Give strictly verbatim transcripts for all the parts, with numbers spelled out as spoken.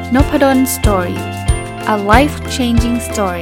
Nopadon Story. A life-changing story.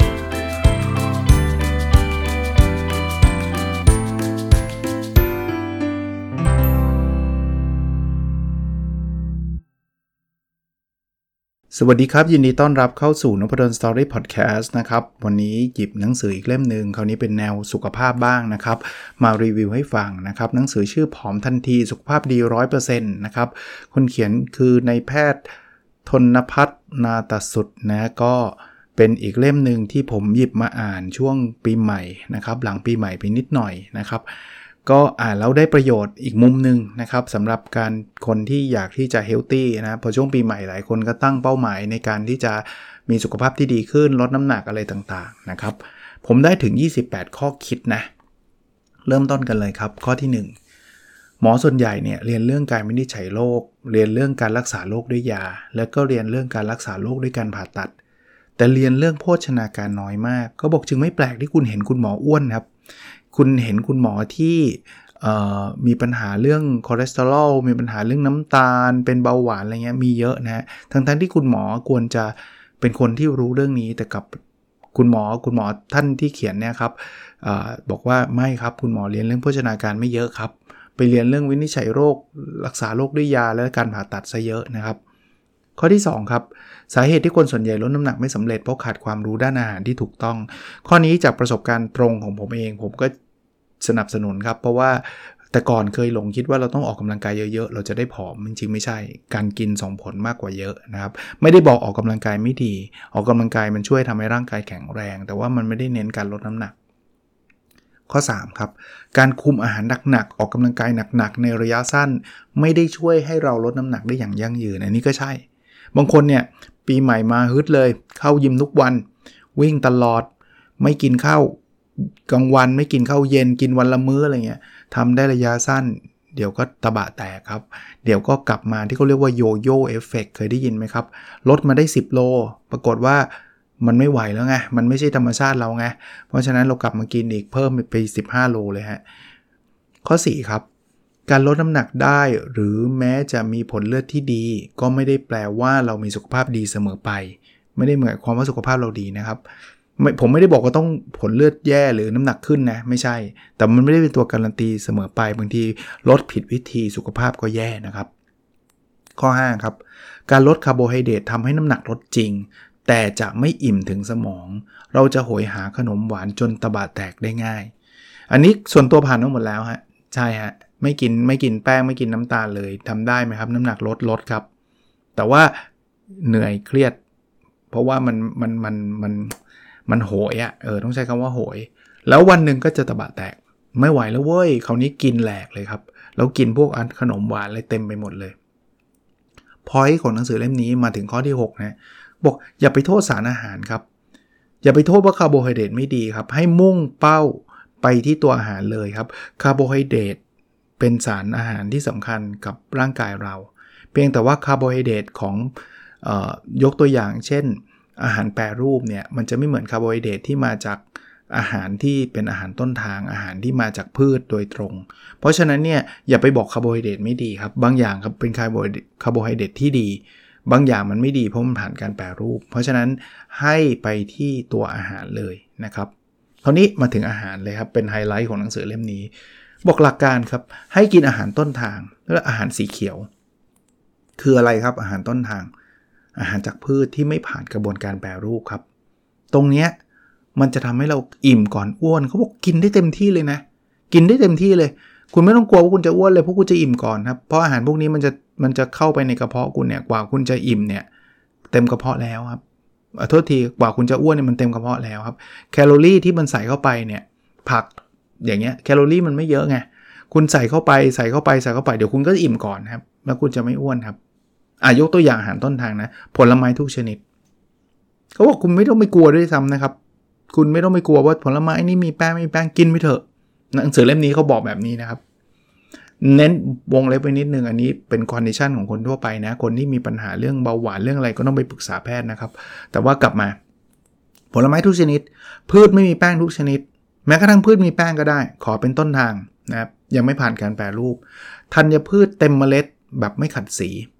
สวัสดีครับยินดีต้อนรับเข้าสู่ Nopadon Story Podcast นะครับวันนี้หยิบหนังสืออีกเล่มนึงคราวนี้เป็นแนวสุขภาพบ้างนะครับมารีวิวให้ฟังนะครับหนังสือชื่อผอมทันทีสุขภาพดี ร้อยเปอร์เซ็นต์ นะครับคนเขียนคือนายแพทย์ธนภัทรนาตสุดนะก็เป็นอีกเล่มนึงที่ผมหยิบมาอ่านช่วงปีใหม่นะครับหลังปีใหม่ไปนิดหน่อยนะครับก็อ่านแล้วได้ประโยชน์อีกมุมนึงนะครับสำหรับการคนที่อยากที่จะเฮลตี้นะพอช่วงปีใหม่หลายคนก็ตั้งเป้าหมายในการที่จะมีสุขภาพที่ดีขึ้นลดน้ำหนักอะไรต่างๆนะครับผมได้ถึงยี่สิบแปดข้อคิดนะเริ่มต้นกันเลยครับข้อที่หนึ่งหมอส่วนใหญ่เนี่ยเรียนเรื่องการวินิจฉัยโรคเรียนเรื่องการรักษาโรคด้วยยาแล้วก็เรียนเรื่องการรักษาโรคด้วยการผ่าตัดแต่เรียนเรื่องโภชนาการน้อยมากก็บอกจึงไม่แปลกที่คุณเห็นคุณหมออ้วนครับคุณเห็นคุณหมอที่มีปัญหาเรื่องคอเลสเตอรอลมีปัญหาเรื่องน้ำตาลเป็นเบาหวานอะไรเงี้ยมีเยอะนะทั้งๆที่คุณหมอควรจะเป็นคนที่รู้เรื่องนี้แต่กับคุณหมอคุณหมอท่านที่เขียนเนี่ยครับอบอกว่าไม่ครับคุณหมอเรียนเรื่องโภชนาการไม่เยอะครับไปเรียนเรื่องวินิจฉัยโรครักษาโรคด้วยยาและการผ่าตัดซะเยอะนะครับข้อที่สองครับสาเหตุที่คนส่วนใหญ่ลดน้ำหนักไม่สำเร็จเพราะขาดความรู้ด้านอาหารที่ถูกต้องข้อนี้จากประสบการณ์ตรงของผมเองผมก็สนับสนุนครับเพราะว่าแต่ก่อนเคยหลงคิดว่าเราต้องออกกำลังกายเยอะๆเราจะได้ผอมจริงๆไม่ใช่การกินส่งผลมากกว่าเยอะนะครับไม่ได้บอกออกกำลังกายไม่ดีออกกำลังกายมันช่วยทำให้ร่างกายแข็งแรงแต่ว่ามันไม่ได้เน้นการลดน้ำหนักข้อสามครับการคุมอาหารหนักๆออกกำลังกายหนักๆในระยะสั้นไม่ได้ช่วยให้เราลดน้ำหนักได้อย่างยั่งยืนอันนี้ก็ใช่บางคนเนี่ยปีใหม่มาฮึดเลยเข้ายิมทุกวันวิ่งตลอดไม่กินข้าวกลางวันไม่กินข้าวเย็นกินวันละมื้ออะไรเงี้ยทำได้ระยะสั้นเดี๋ยวก็ตะบะแตกครับเดี๋ยวก็กลับมาที่เขาเรียกว่าโยโย่เอฟเฟกต์เคยได้ยินไหมครับลดมาได้สิบโลปรากฏว่ามันไม่ไหวแล้วไงมันไม่ใช่ธรรมชาติเราไงเพราะฉะนั้นเรากลับมากินอีกเพิ่มไปสิบห้าโลเลยฮะข้อสี่ครับการลดน้ำหนักได้หรือแม้จะมีผลเลือดที่ดีก็ไม่ได้แปลว่าเรามีสุขภาพดีเสมอไปไม่ได้หมายความว่าสุขภาพเราดีนะครับผมไม่ได้บอกว่าต้องผลเลือดแย่หรือน้ำหนักขึ้นนะไม่ใช่แต่มันไม่ได้เป็นตัวการันตีเสมอไปบางทีลดผิดวิธีสุขภาพก็แย่นะครับข้อห้าครับการลดคาร์โบไฮเดรตทำให้น้ำหนักลดจริงแต่จะไม่อิ่มถึงสมองเราจะโหยหาขนมหวานจนตะบะแตกได้ง่ายอันนี้ส่วนตัวผ่านมาหมดแล้วฮะใช่ฮะไม่กินไม่กินแป้งไม่กินน้ำตาลเลยทำได้ไหมครับน้ำหนักลดลดครับแต่ว่าเหนื่อยเครียดเพราะว่ามันมันมันมันมันโหยอ่ะเออต้องใช้คำว่าโหยแล้ววันหนึ่งก็จะตะบะแตกไม่ไหวแล้วเว้ยคราวนี้กินแหลกเลยครับแล้วกินพวกอันขนมหวานอะไรเต็มไปหมดเลยพอยต์ของหนังสือเล่มนี้มาถึงข้อที่หกนะบอกอย่าไปโทษสารอาหารครับอย่าไปโทษว่าคาร์โบไฮเดรตไม่ดีครับให้มุ่งเป้าไปที่ตัวอาหารเลยครับคาร์โบไฮเดรตเป็นสารอาหารที่สำคัญกับร่างกายเราเพียงแต่ว่าคาร์โบไฮเดรตของเอ่อยกตัวอย่างเช่นอาหารแปรรูปเนี่ยมันจะไม่เหมือนคาร์โบไฮเดรตที่มาจากอาหารที่เป็นอาหารต้นทางอาหารที่มาจากพืชโดยตรงเพราะฉะนั้นเนี่ยอย่าไปบอกคาร์โบไฮเดรตไม่ดีครับบางอย่างครับเป็นคาร์โบคาร์โบไฮเดรตที่ดีบางอย่างมันไม่ดีเพราะมันผ่านการแปรรูปเพราะฉะนั้นให้ไปที่ตัวอาหารเลยนะครับคราวนี้มาถึงอาหารเลยครับเป็นไฮไลท์ของหนังสือเล่มนี้บอกหลักการครับให้กินอาหารต้นทางและอาหารสีเขียวคืออะไรครับอาหารต้นทางอาหารจากพืชที่ไม่ผ่านกระบวนการแปรรูปครับตรงเนี้ยมันจะทำให้เราอิ่มก่อนอ้วนเขาบอกกินได้เต็มที่เลยนะกินได้เต็มที่เลยคุณไม่ต้องกลัวว่าคุณจะอ้วนเลยเพราะคุณจะอิ่มก่อนครับเพราะอาหารพวกนี้มันจะมันจะเข้าไปในกระเพาะคุณเนี่ยกว่าคุณจะอิ่มเนี่ยเต็มกระเพาะแล้วครับโทษทีกว่าคุณจะอ้วนเนี่ยมันเต็มกระเพาะแล้วครับแคลอรี่ที่มันใส่เข้าไปเนี่ยผักอย่างเงี้ยแคลอรี่มันไม่เยอะไงคุณใส่เข้าไปใส่เข้าไปใส่เข้าไปเดี๋ยวคุณก็อิ่มก่อนครับแล้วคุณจะไม่อ้วนครับอ่ะยกตัวอย่างอาหารต้นทางนะผลไม้ทุกชนิดเขาบอกคุณไม่ต้องไม่กลัวด้วยซ้ำนะครับคุณไม่ต้องไม่กลัวว่าผลไม้นี่มีแป้งไม่มีแป้งกินไม่เถอะหนังสือเล่มนี้เขาบอกแบบนี้นะครับเน้นวงเล็บไปนิดนึงอันนี้เป็นคอนดิชันของคนทั่วไปนะคนที่มีปัญหาเรื่องเบาหวานเรื่องอะไรก็ต้องไปปรึกษาแพทย์นะครับแต่ว่ากลับมาผลไม้ทุกชนิดพืชไม่มีแป้งทุกชนิดแม้กระทั่งพืชมีแป้งก็ได้ขอเป็นต้นทางนะครับยังไม่ผ่านการแปรรูปธัญพืชเต็มเมล็ดแบบไม่ขัดสี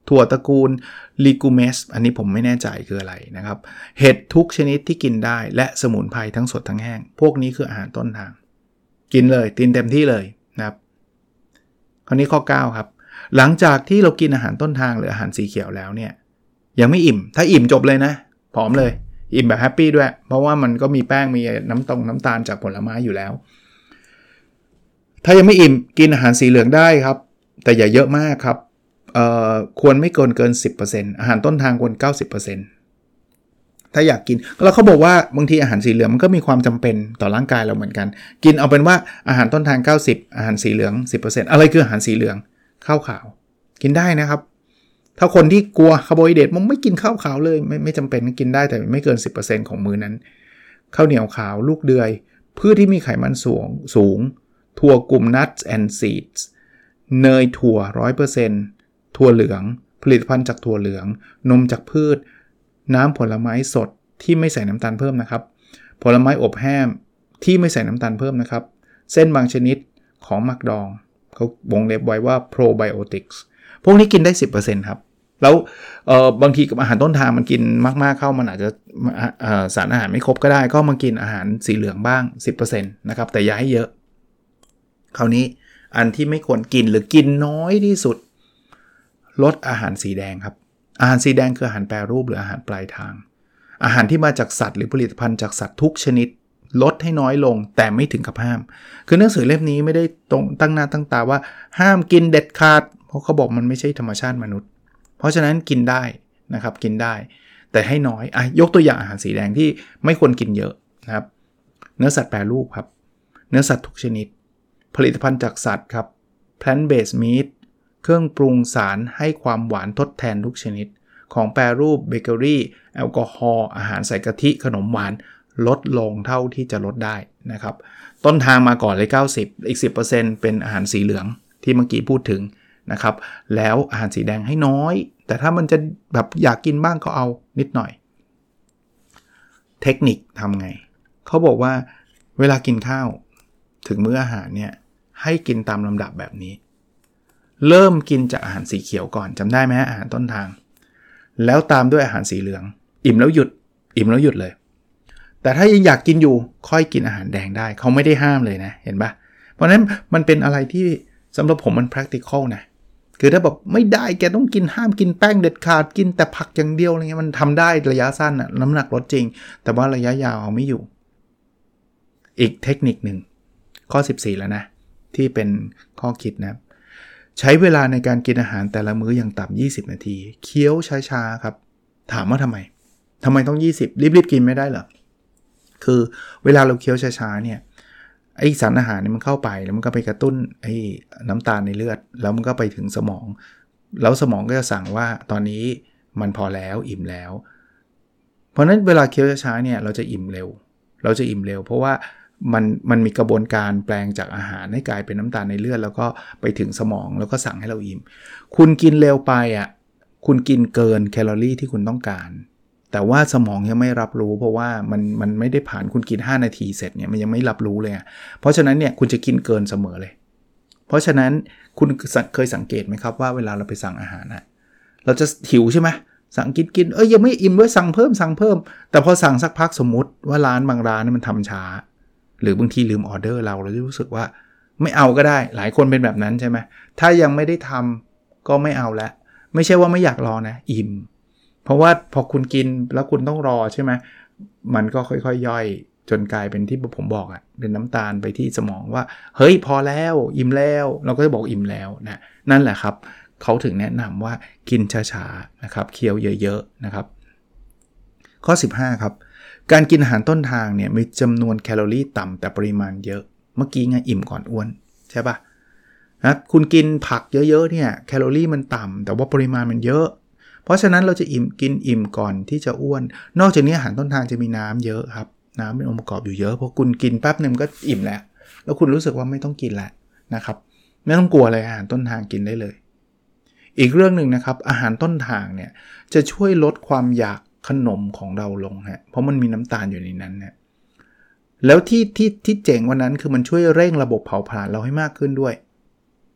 ถั่วตระกูล Legumes อันนี้ผมไม่แน่ใจคืออะไรนะครับเห็ดทุกชนิดที่กินได้และสมุนไพรทั้งสดทั้งแห้งพวกนี้คืออาหารต้นทางกินเลยกินเต็มที่เลยนะครับคราวนี้ข้อเก้าครับหลังจากที่เรากินอาหารต้นทางหรืออาหารสีเขียวแล้วเนี่ยยังไม่อิ่มถ้าอิ่มจบเลยนะผอมเลยอิ่มแบบแฮปปี้ด้วยเพราะว่ามันก็มีแป้งมีน้ำตรงน้ำตาลจากผลไม้อยู่แล้วถ้ายังไม่อิ่มกินอาหารสีเหลืองได้ครับแต่อย่าเยอะมากครับเอ่อควรไม่เกินเกิน สิบเปอร์เซ็นต์ อาหารต้นทางควร เก้าสิบเปอร์เซ็นต์ ถ้าอยากกินแล้วเขาบอกว่าบางทีอาหารสีเหลืองมันก็มีความจำเป็นต่อร่างกายเราเหมือนกันกินเอาเป็นว่าอาหารต้นทางเก้าสิบอาหารสีเหลือง สิบเปอร์เซ็นต์ อะไรคืออาหารสีเหลืองข้าวขาวกินได้นะครับถ้าคนที่กลัวคาร์โบไฮเดรตมันไม่กินข้าวขาวเลยไม่ไม่จำเป็นกินได้แต่ไม่เกิน สิบเปอร์เซ็นต์ ของมื้อนั้นข้าวเหนียวขาวลูกเดือยพืชที่มีไขมันสูงสูงถั่วกลุ่ม nuts and seeds เนยถั่ว ร้อยเปอร์เซ็นต์ ถั่วเหลืองผลิตภัณฑ์จากถั่วเหลืองนมจากพืชน้ำผลไม้สดที่ไม่ใส่น้ำตาลเพิ่มนะครับผลไม้อบแห้งที่ไม่ใส่น้ำตาลเพิ่มนะครับเส้นบางชนิดของหมักดองเขาวงเล็บไว้ว่า probiotics พวกนี้กินได้ สิบเปอร์เซ็นต์ ครับแล้วเอ่อบางทีกับอาหารต้นทางมันกินมากๆเข้ามันอาจจะเอ่อสารอาหารไม่ครบก็ได้ก็มากินอาหารสีเหลืองบ้าง สิบเปอร์เซ็นต์ นะครับแต่อย่าให้เยอะคราวนี้อันที่ไม่ควรกินหรือกินน้อยที่สุดลดอาหารสีแดงครับอาหารสีแดงคืออาหารแปรรูปหรืออาหารปลายทางอาหารที่มาจากสัตว์หรือผลิตภัณฑ์จากสัตว์ทุกชนิดลดให้น้อยลงแต่ไม่ถึงกับห้ามคือหนังสือเล่มนี้ไม่ได้ตรงตั้งหน้าตั้งตาว่าห้ามกินเด็ดขาดเพราะเขาบอกมันไม่ใช่ธรรมชาติมนุษย์เพราะฉะนั้นกินได้นะครับกินได้แต่ให้น้อยอ่ะยกตัวอย่างอาหารสีแดงที่ไม่ควรกินเยอะนะครับเนื้อสัตว์แปรรูปครับเนื้อสัตว์ทุกชนิดผลิตภัณฑ์จากสัตว์ครับ plant based meat เครื่องปรุงสารให้ความหวานทดแทนทุกชนิดของแปรรูปเบเกอรี่แอลกอฮอล์อาหารใส่กะทิขนมหวานลดลงเท่าที่จะลดได้นะครับต้นทางมาก่อนเลยเก้าสิบอีก สิบเปอร์เซ็นต์ เป็นอาหารสีเหลืองที่เมื่อกี้พูดถึงนะครับแล้วอาหารสีแดงให้น้อยแต่ถ้ามันจะแบบอยากกินบ้างก็เอานิดหน่อยเทคนิคทำไงเขาบอกว่าเวลากินข้าวถึงมื้ออาหารเนี่ยให้กินตามลำดับแบบนี้เริ่มกินจากอาหารสีเขียวก่อนจำได้ไหมอาหารต้นทางแล้วตามด้วยอาหารสีเหลืองอิ่มแล้วหยุดอิ่มแล้วหยุดเลยแต่ถ้ายังอยากกินอยู่ค่อยกินอาหารแดงได้เขาไม่ได้ห้ามเลยนะเห็นปะเพราะนั้นมันเป็นอะไรที่สำหรับผมมัน practical นะคือถ้าแบบไม่ได้แกต้องกินห้ามกินแป้งเด็ดขาดกินแต่ผักอย่างเดียวอะไรเงี้ยมันทำได้ระยะสั้นอะน้ำหนักลดจริงแต่ว่าระยะยาวเอาไม่อยู่อีกเทคนิคหนึ่งข้อสิบสี่แล้วนะที่เป็นข้อคิดนะใช้เวลาในการกินอาหารแต่ละมื้ออย่างต่ำยี่สิบนาทีเคี้ยวช้าๆครับถามว่าทำไมทำไมต้องยี่สิบรีบๆกินไม่ได้เหรอคือเวลาเราเคี้ยวช้าๆเนี่ยไอสารอาหารเนี่ยมันเข้าไปแล้วมันก็ไปกระตุ้นไอ้น้ำตาลในเลือดแล้วมันก็ไปถึงสมองแล้วสมองก็จะสั่งว่าตอนนี้มันพอแล้วอิ่มแล้วเพราะฉะนั้นเวลาเคี้ยวช้าๆเนี่ยเราจะอิ่มเร็วเราจะอิ่มเร็วเพราะว่ามันมันมีกระบวนการแปลงจากอาหารให้กลายเป็นน้ำตาลในเลือดแล้วก็ไปถึงสมองแล้วก็สั่งให้เราอิ่มคุณกินเร็วไปอ่ะคุณกินเกินแคลอรี่ที่คุณต้องการแต่ว่าสมองยังไม่รับรู้เพราะว่ามันมันไม่ได้ผ่านคุณกินห้านาทีเสร็จเนี่ยมันยังไม่รับรู้เลยอ่ะเพราะฉะนั้นเนี่ยคุณจะกินเกินเสมอเลยเพราะฉะนั้นคุณเคยสังเกตไหมครับว่าเวลาเราไปสั่งอาหารนะเราจะหิวใช่ไหมสั่งกินกินเอ้ยยังไม่อิ่มด้วยสั่งเพิ่มสั่งเพิ่มแต่พอสั่งสักพักสมมุติว่าร้านบางร้านนี่มันทำช้าหรือบางทีลืมออเดอร์เราเราจะรู้สึกว่าไม่เอาก็ได้หลายคนเป็นแบบนั้นใช่ไหมถ้ายังไม่ได้ทำก็ไม่เอาแล้วไม่ใช่ว่าไม่อยากรอนะอิ่มเพราะว่าพอคุณกินแล้วคุณต้องรอใช่ไหมมันก็ค่อยๆ ย, ย่อยจนกลายเป็นที่ผมบอกอะเป็นน้ำตาลไปที่สมองว่าเฮ้ยพอแล้วอิ่มแล้วเราก็จะบอกอิ่มแล้วนะนั่นแหละครับเขาถึงแนะนำว่ากินช้าๆนะครับเคี้ยวเยอะๆนะครับข้อสิบห้าครับการกินอาหารต้นทางเนี่ยมีจำนวนแคลอรี่ต่ำแต่ปริมาณเยอะเมื่อกี้ไงอิ่มก่อนอ้วนใช่ปะนะคุณกินผักเยอะๆเนี่ยแคลอรี่มันต่ำแต่ว่าปริมาณมันเยอะเพราะฉะนั้นเราจะอิ่มกินอิ่มก่อนที่จะอ้วนนอกจากนี้อาหารต้นทางจะมีน้ำเยอะครับน้ำเป็นองค์ประกอบอยู่เยอะพอคุณกินแป๊บนึงก็อิ่มแล้วแล้วคุณรู้สึกว่าไม่ต้องกินแล้วนะครับไม่ต้องกลัวเลยอาหารต้นทางกินได้เลยอีกเรื่องนึงนะครับอาหารต้นทางเนี่ยจะช่วยลดความอยากขนมของเราลงฮะเพราะมันมีน้ำตาลอยู่ในนั้นนะแล้วที่ที่ที่เจ๋งกว่านั้นคือมันช่วยเร่งระบบเผาผลาญเราให้มากขึ้นด้วย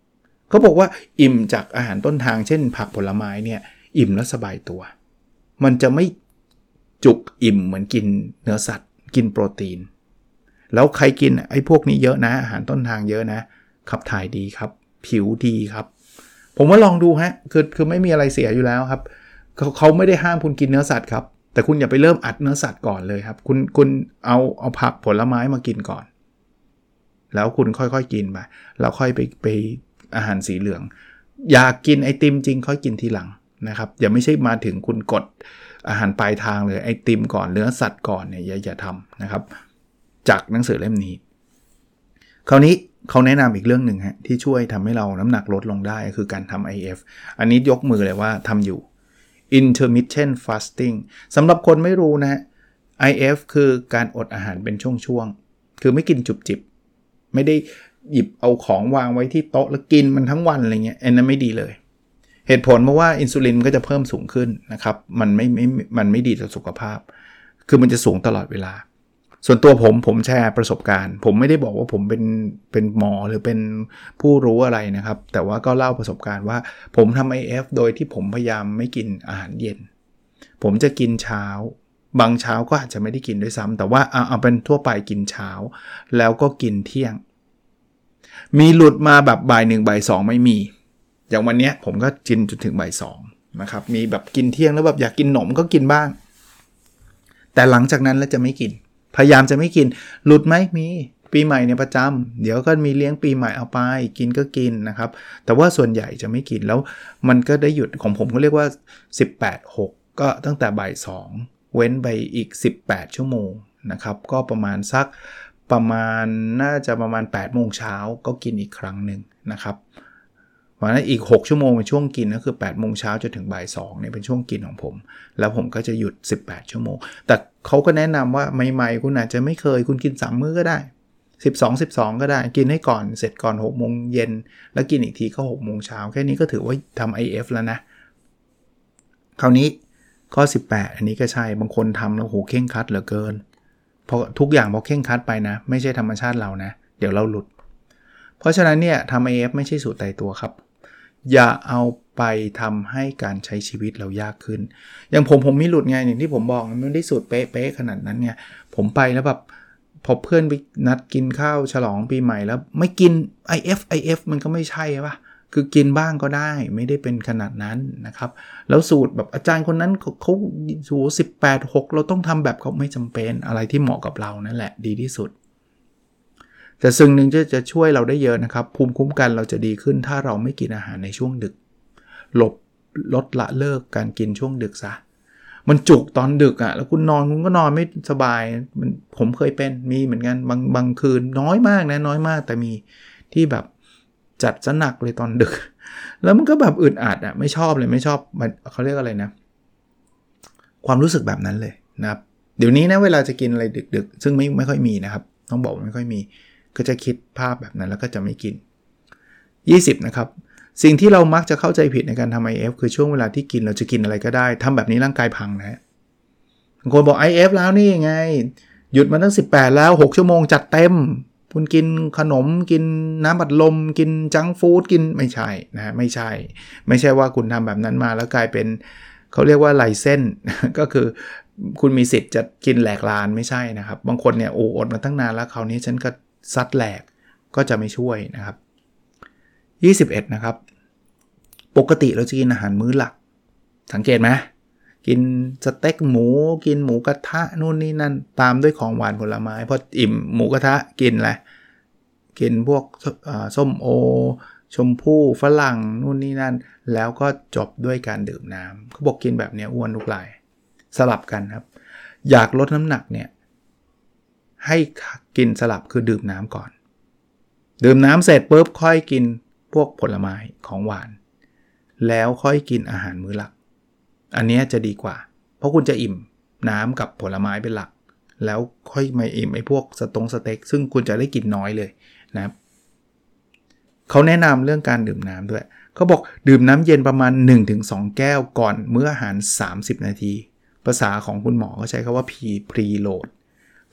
เขาบอกว่าอิ่มจากอาหารต้นทางเช่นผักผลไม้เนี่ยอิ่มแล้วสบายตัวมันจะไม่จุกอิ่มเหมือนกินเนื้อสัตว์กินโปรตีนแล้วใครกินไอ้พวกนี้เยอะนะอาหารต้นทางเยอะนะขับถ่ายดีครับผิวดีครับผมว่าลองดูฮะคือคือไม่มีอะไรเสียอยู่แล้วครับเขาเขาไม่ได้ห้ามคุณกินเนื้อสัตว์ครับแต่คุณอย่าไปเริ่มอัดเนื้อสัตว์ก่อนเลยครับคุณคุณเอาเอาผักผลไม้มากินก่อนแล้วคุณค่อยๆกินไปแล้วค่อยไปไปอาหารสีเหลืองอยากกินไอติมจริงค่อยกินทีหลังนะครับอย่าไม่ใช่มาถึงคุณกดอาหารปลายทางเลยไอติมก่อนเนื้อสัตว์ก่อนเนี่ยอย่าอย่าทำนะครับจากหนังสือเล่มนี้คราวนี้เขาแนะนำอีกเรื่องหนึ่งฮะที่ช่วยทำให้เราน้ำหนักลดลงได้คือการทำ ไอ เอฟ อันนี้ยกมือเลยว่าทำอยู่ intermittent fasting สำหรับคนไม่รู้นะ ไอ เอฟ คือการอดอาหารเป็นช่วงๆคือไม่กินจุบจิบไม่ได้หยิบเอาของวางไว้ที่โต๊ะแล้วกินมันทั้งวันอะไรเงี้ยอันนั้นไม่ดีเลยเหตุผลเพราะว่าอินซูลินก็จะเพิ่มสูงขึ้นนะครับมันไม่ไม่มันไม่ดีต่อสุขภาพคือมันจะสูงตลอดเวลาส่วนตัวผมผมแชร์ประสบการณ์ผมไม่ได้บอกว่าผมเป็นเป็นหมอหรือเป็นผู้รู้อะไรนะครับแต่ว่าก็เล่าประสบการณ์ว่าผมทำ ไอ เอฟ โดยที่ผมพยายามไม่กินอาหารเย็นผมจะกินเช้าบางเช้าก็อาจจะไม่ได้กินด้วยซ้ำแต่ว่าเอาเอาเป็นทั่วไปกินเช้าแล้วก็กินเที่ยงมีหลุดมาแบบบ่ายหนึ่งบ่ายสองไม่มีอย่างวันนี้ผมก็กินจนถึงบ่ายสองนะครับมีแบบกินเที่ยงแล้วแบบอยากกินขนมก็กินบ้างแต่หลังจากนั้นแล้วจะไม่กินพยายามจะไม่กินหลุดไหมมีปีใหม่เนี่ยประจำเดี๋ยวก็มีเลี้ยงปีใหม่เอาไปกินก็กินนะครับแต่ว่าส่วนใหญ่จะไม่กินแล้วมันก็ได้หยุดของผมเขาเรียกว่าสิบแปด หกก็ตั้งแต่บ่ายสองเว้นไปอีกสิบแปดชั่วโมงนะครับก็ประมาณสักประมาณน่าจะประมาณแปดโมงเช้าก็กินอีกครั้งหนึ่งนะครับเพราะฉะนั้นอีกหกชั่วโมงเป็นช่วงกินก็คือแปดโมงเช้าจนถึงบ่ายสองเนี่ยเป็นช่วงกินของผมแล้วผมก็จะหยุดสิบแปดชั่วโมงแต่เขาก็แนะนำว่าใหม่ๆคุณอาจจะไม่เคยคุณกินสามมื้อก็ได้สิบสอง สิบสองก็ได้กินให้ก่อนเสร็จก่อนหกโมงเย็นแล้วกินอีกทีก็หกโมงเช้าแค่นี้ก็ถือว่าทำ ไอ เอฟ แล้วนะคราวนี้ข้อสิบแปดอันนี้ก็ใช่บางคนทำแล้วโหเคร่งครัดเหลือเกินเพราะทุกอย่างพอเคร่งครัดไปนะไม่ใช่ธรรมชาติเรานะเดี๋ยวเราหลุดเพราะฉะนั้นเนี่ยทำ ไอ เอฟ ไม่ใช่สูตรตายตัวครับอย่าเอาไปทำให้การใช้ชีวิตเรายากขึ้นอย่างผมผมมีหลุดไงอย่างที่ผมบอกมันไม่ได้สูตรเป๊ะๆขนาดนั้นไงผมไปแล้วแบบพอเพื่อนไปนัดกินข้าวฉลองปีใหม่แล้วไม่กิน ไอ เอฟ ไอ เอฟ มันก็ไม่ใช่ป่ะคือกินบ้างก็ได้ไม่ได้เป็นขนาดนั้นนะครับแล้วสูตรแบบอาจารย์คนนั้นเขาสูตรสิบแปด หกเราต้องทำแบบเขาไม่จำเป็นอะไรที่เหมาะกับเรานั่นแหละดีที่สุดแต่สิ่งหนึ่งจะจะช่วยเราได้เยอะนะครับภูมิคุ้มกันเราจะดีขึ้นถ้าเราไม่กินอาหารในช่วงดึกหลบลดละเลิกการกินช่วงดึกซะมันจุกตอนดึกอ่ะแล้วคุณนอนคุณก็นอนไม่สบายมันผมเคยเป็นมีเหมือนกันบางบางคืนน้อยมากนะน้อยมากแต่มีที่แบบจัดซะหนักเลยตอนดึกแล้วมันก็แบบอึดอัดอ่ะไม่ชอบเลยไม่ชอบมันเขาเรียกอะไรนะความรู้สึกแบบนั้นเลยนะครับเดี๋ยวนี้นะเวลาจะกินอะไรดึกๆซึ่งไม่ไม่ค่อยมีนะครับต้องบอกไม่ค่อยมีก็จะคิดภาพแบบนั้นแล้วก็จะไม่กินยี่สิบนะครับสิ่งที่เรามักจะเข้าใจผิดในการทำ ไอ เอฟ คือช่วงเวลาที่กินเราจะกินอะไรก็ได้ทำแบบนี้ร่างกายพังนะบางคนบอก ไอ เอฟ แล้วนี่ไงหยุดมาตั้งสิบแปดแล้วหกชั่วโมงจัดเต็มคุณกินขนมกินน้ำบัดลมกินจังก์ฟู้ดกินไม่ใช่นะไม่ใช่ไม่ใช่ว่าคุณทำแบบนั้นมาแล้วกลายเป็นเขาเรียกว่าไลเส้นก็คือคุณมีสิทธิ์จะกินแหลกลานไม่ใช่นะครับบางคนเนี่ยโอ้อดมาตั้งนานแล้วคราวนี้ฉันก็ซัดแหลกก็จะไม่ช่วยนะครับยี่สิบเอ็ดนะครับปกติเราจะกินอาหารมื้อหลักสังเกตไหมกินสเต็กหมูกินหมูกระทะนู่นนี่นั่นตามด้วยของหวานผลไม้พออิ่มหมูกระทะกินอะไรกินพวกส้มโอชมพู่ฝรั่งนู่นนี่นั่นแล้วก็จบด้วยการดื่มน้ำเขาบอกกินแบบนี้อ้วนทุกรายสลับกันครับอยากลดน้ำหนักเนี่ยให้กินสลับคือดื่มน้ำก่อนดื่มน้ำเสร็จปุ๊บค่อยกินพวกผลไม้ของหวานแล้วค่อยกินอาหารมื้อหลักอันนี้จะดีกว่าเพราะคุณจะอิ่มน้ำกับผลไม้เป็นหลักแล้วค่อยมาอิ่มไอ้พวกสตงสเต็กซึ่งคุณจะได้กินน้อยเลยนะครับเขาแนะนำเรื่องการดื่มน้ำด้วยเขาบอกดื่มน้ำเย็นประมาณ หนึ่งถึงสอง แก้วก่อนมื้ออาหารสามสิบนาทีภาษาของคุณหมอเขาใช้คำว่า pre-load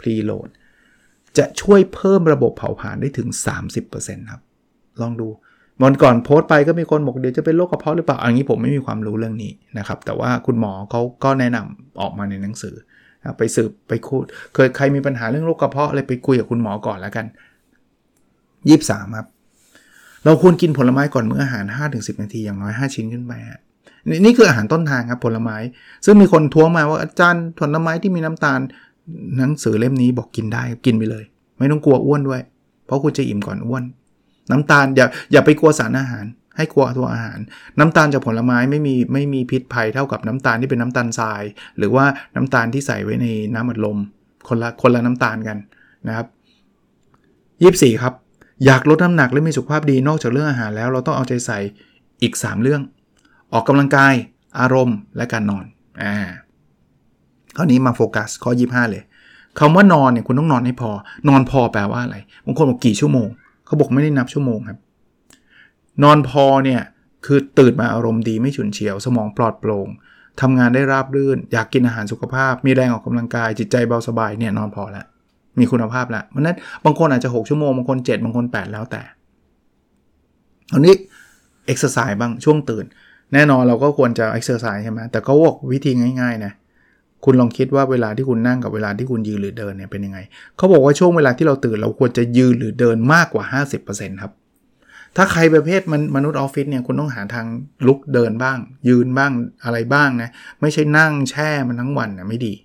pre-load จะช่วยเพิ่มระบบเผาผลาญได้ถึง สามสิบเปอร์เซ็นต์ ครับลองดูวันก่อนโพสต์ไปก็มีคนบอกเดี๋ยวจะเป็นโรคกระเพาะหรือเปล่าอันนี้ผมไม่มีความรู้เรื่องนี้นะครับแต่ว่าคุณหมอเขาก็แนะนำออกมาในหนังสือไปสืบไปคุยเคยใครมีปัญหาเรื่องโรคกระเพาะอะไรไปคุยกับคุณหมอก่อนแล้วกันยี่สิบสามครับเราควรกินผลไม้ก่อนมื้ออาหาร ห้าถึงสิบ นาทีอย่างน้อยห้าชิ้นขึ้นไปฮะนี่คืออาหารต้นทางครับผลไม้ซึ่งมีคนท้วงมาว่าอาจารย์ผลไม้ที่มีน้ำตาลหนังสือเล่มนี้บอกกินได้กินไปเลยไม่ต้องกลัวอ้วนด้วยเพราะคุณจะอิ่มก่อนอ้วนน้ำตาลอย่าอย่าไปกลัวสารอาหารให้กลัวตัวอาหารน้ำตาลจากผลไม้ไม่มีไม่มีพิษภัยเท่ากับน้ำตาลที่เป็นน้ำตาลทรายหรือว่าน้ำตาลที่ใส่ไว้ในน้ำอัดลมคนละคนละน้ำตาลกันนะครับยี่สิบสี่ครับอยากลดน้ำหนักและมีสุขภาพดีนอกจากเรื่องอาหารแล้วเราต้องเอาใจใส่อีกสามเรื่องออกกำลังกายอารมณ์และการนอนอ่าข้อนี้มาโฟกัสข้อยี่สิบห้าเลยคำว่านอนเนี่ยคุณต้องนอนให้พอนอนพอแปลว่าอะไรบางคนบอกกี่ชั่วโมงเขาบอกไม่ได้นับชั่วโมงครับนอนพอเนี่ยคือตื่นมาอารมณ์ดีไม่ฉุนเฉียวสมองปลอดโปร่งทำงานได้ราบรื่นอยากกินอาหารสุขภาพมีแรงออกกำลังกายจิตใจเบาสบายเนี่ยนอนพอแล้วมีคุณภาพแล้วเพราะนั้นบางคนอาจจะหกชั่วโมงบางคนเจ็ดบางคนแปดแล้วแต่อันนี้เอ็กซ์ไซส์บ้างช่วงตื่นแน่นอนเราก็ควรจะเอ็กซ์ไซส์ใช่ไหมแต่ก็บอกวิธีง่ายๆนะคุณลองคิดว่าเวลาที่คุณนั่งกับเวลาที่คุณยืนหรือเดินเนี่ยเป็นยังไงเขาบอกว่าช่วงเวลาที่เราตื่นเราควรจะยืนหรือเดินมากกว่า ห้าสิบเปอร์เซ็นต์ ครับถ้าใครประเภทมันมนุษย์ออฟฟิศเนี่ยคุณต้องหาทางลุกเดินบ้างยืนบ้างอะไรบ้างนะไม่ใช่นั่งแช่มันทั้งวันนะไม่ดี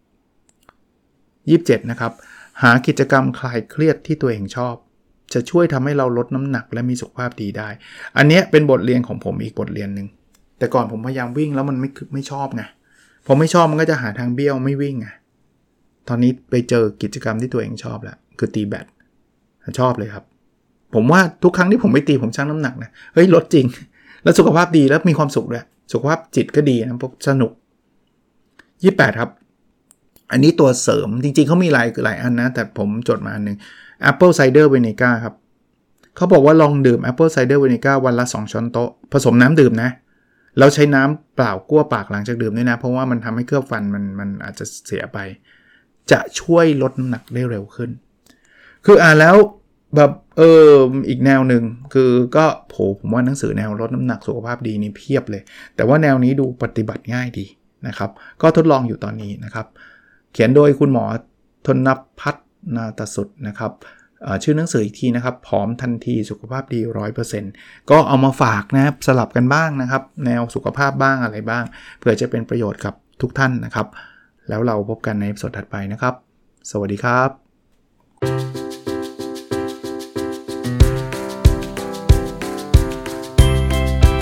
ยี่สิบเจ็ดนะครับหากิจกรรมคลายเครียดที่ตัวเองชอบจะช่วยทำให้เราลดน้ำหนักและมีสุขภาพดีได้อันนี้เป็นบทเรียนของผมอีกบทเรียนนึงแต่ก่อนผมพยายามวิ่งแล้วมันไม่ไม่ชอบไงพอไม่ชอบมันก็จะหาทางเบี้ยวไม่วิ่งไงตอนนี้ไปเจอกิจกรรมที่ตัวเองชอบแล้วคือตีแบดชอบเลยครับผมว่าทุกครั้งที่ผมไปตีผมชั่งน้ำหนักนะเฮ้ยลดจริงแล้วสุขภาพดีแล้วมีความสุขด้วยสุขภาพจิตก็ดีนะสนุกยี่สิบแปดครับอันนี้ตัวเสริมจริงๆเขามีหลายหลายอันนะแต่ผมจดมาอันนึง Apple Cider Vinegar ครับเขาบอกว่าลองดื่ม Apple Cider Vinegar วันละสองช้อนโต๊ะผสมน้ำดื่มนะแล้วใช้น้ำเปล่ากั้วปากหลังจากดื่มด้วยนะเพราะว่ามันทำให้เคลือบฟันมันมันอาจจะเสียไปจะช่วยลดน้ำหนักได้เร็วขึ้นคืออ่านแล้วแบบเอออีกแนวหนึ่งคือก็โผผมว่าหนังสือแนวลดน้ำหนักสุขภาพดีนี่เพียบเลยแต่ว่าแนวนี้ดูปฏิบัติง่ายดีนะครับก็ทดลองอยู่ตอนนี้นะครับเขียนโดยคุณหมอธนพัฒน์นาตสุดนะครับชื่อหนังสืออีกทีนะครับผอมทันทีสุขภาพดี ร้อยเปอร์เซ็นต์ ก็เอามาฝากนะครับสลับกันบ้างนะครับแนวสุขภาพบ้างอะไรบ้างเพื่อจะเป็นประโยชน์กับทุกท่านนะครับแล้วเราพบกันในตอนถัดไปนะครับสวัสดีครับ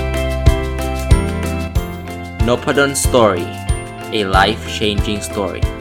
Nopadon Story, a life-changing story.